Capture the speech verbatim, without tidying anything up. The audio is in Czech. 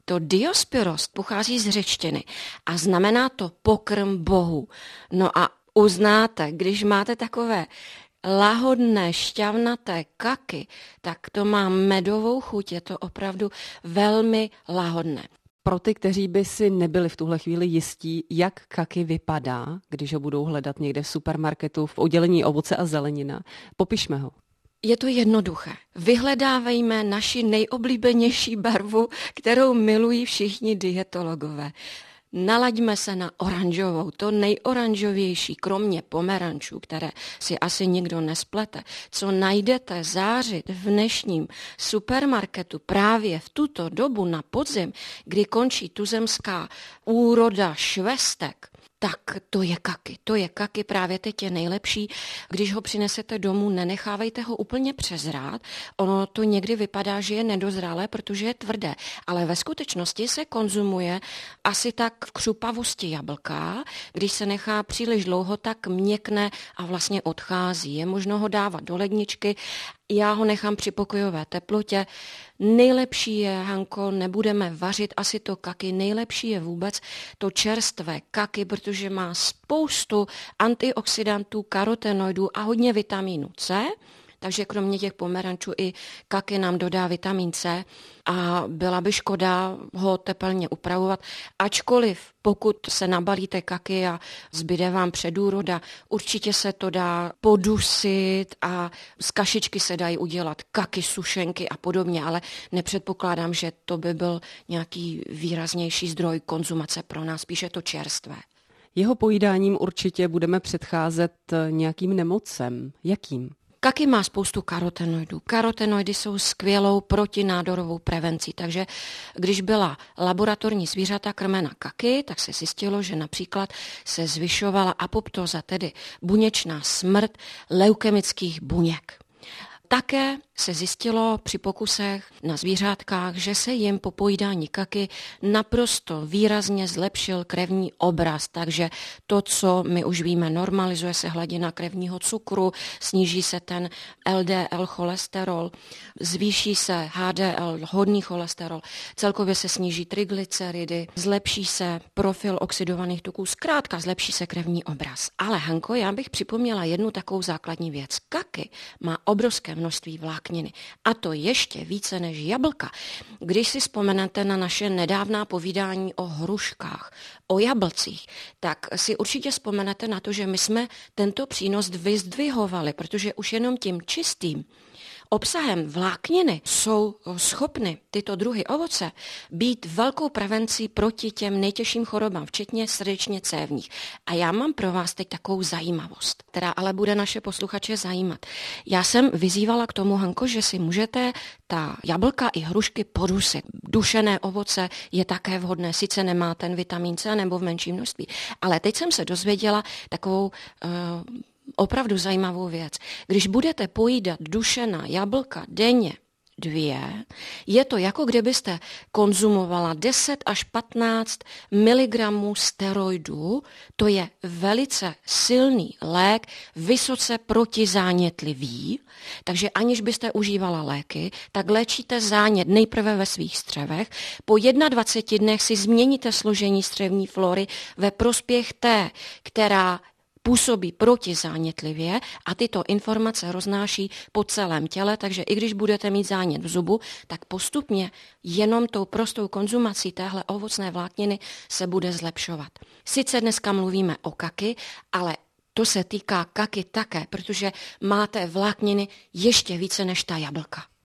To Diospyros pochází z řečtiny a znamená to pokrm bohu. No a uznáte, když máte takové lahodné, šťavnaté kaky, tak to má medovou chuť, je to opravdu velmi lahodné. Pro ty, kteří by si nebyli v tuhle chvíli jistí, jak kaky vypadá, když ho budou hledat někde v supermarketu v oddělení ovoce a zelenina, popišme ho. Je to jednoduché. Vyhledávejme naši nejoblíbenější barvu, kterou milují všichni dietologové. Nalaďme se na oranžovou, to nejoranžovější, kromě pomerančů, které si asi nikdo nesplete. Co najdete zářit v dnešním supermarketu právě v tuto dobu na podzim, kdy končí tuzemská úroda švestek, tak to je kaky. To je kaky, právě teď je nejlepší. Když ho přinesete domů, nenechávejte ho úplně přezrát. Ono to někdy vypadá, že je nedozrálé, protože je tvrdé, ale ve skutečnosti se konzumuje asi tak v křupavosti jablka. Když se nechá příliš dlouho, tak měkne a vlastně odchází. Je možno ho dávat do ledničky. Já ho nechám při pokojové teplotě. Nejlepší je, Hanko, nebudeme vařit asi to kaky, nejlepší je vůbec to čerstvé kaky, protože má spoustu antioxidantů, karotenoidů a hodně vitamínu C, takže kromě těch pomerančů i kaky nám dodá vitamin C a byla by škoda ho tepelně upravovat, ačkoliv pokud se nabalíte kaky a zbyde vám předúroda, určitě se to dá podusit a z kašičky se dají udělat kaky, sušenky a podobně, ale nepředpokládám, že to by byl nějaký výraznější zdroj konzumace pro nás, spíše to čerstvé. Jeho pojídáním určitě budeme předcházet nějakým nemocem. Jakým? Kaky má spoustu karotenoidů. Karotenoidy jsou skvělou protinádorovou prevencí, takže když byla laboratorní zvířata krmena kaky, tak se zjistilo, že například se zvyšovala apoptóza, tedy buněčná smrt leukemických buněk. Také se zjistilo při pokusech na zvířátkách, že se jim po pojídání kaky naprosto výrazně zlepšil krevní obraz, takže to, co my už víme, normalizuje se hladina krevního cukru, sníží se ten L D L cholesterol, zvýší se H D L, hodný cholesterol, celkově se sníží triglyceridy, zlepší se profil oxidovaných tuků, zkrátka zlepší se krevní obraz. Ale Hanko, já bych připomněla jednu takovou základní věc. Kaky má obrovské množství vlákniny. A to ještě více než jablka. Když si vzpomenete na naše nedávná povídání o hruškách, o jablcích, tak si určitě vzpomenete na to, že my jsme tento přínos vyzdvihovali, protože už jenom tím čistým obsahem vlákniny jsou schopny tyto druhy ovoce být velkou prevencí proti těm nejtěžším chorobám, včetně srdečně cévních. A já mám pro vás teď takovou zajímavost, která ale bude naše posluchače zajímat. Já jsem vyzývala k tomu, Hanko, že si můžete ta jablka i hrušky podusit. Dušené ovoce je také vhodné, sice nemá ten vitamin C nebo v menším množství, ale teď jsem se dozvěděla takovou uh, opravdu zajímavou věc. Když budete pojídat dušená jablka denně dvě, je to jako kdybyste konzumovala deset až patnáct miligramů steroidů, to je velice silný lék, vysoce protizánětlivý, takže aniž byste užívala léky, tak léčíte zánět nejprve ve svých střevech, po dvaceti jedné dnech si změníte složení střevní flory ve prospěch té, která působí protizánětlivě a tyto informace roznáší po celém těle, takže i když budete mít zánět v zubu, tak postupně jenom tou prostou konzumací téhle ovocné vlákniny se bude zlepšovat. Sice dneska mluvíme o kaky, ale to se týká kaky také, protože máte vlákniny ještě více než ta jablka.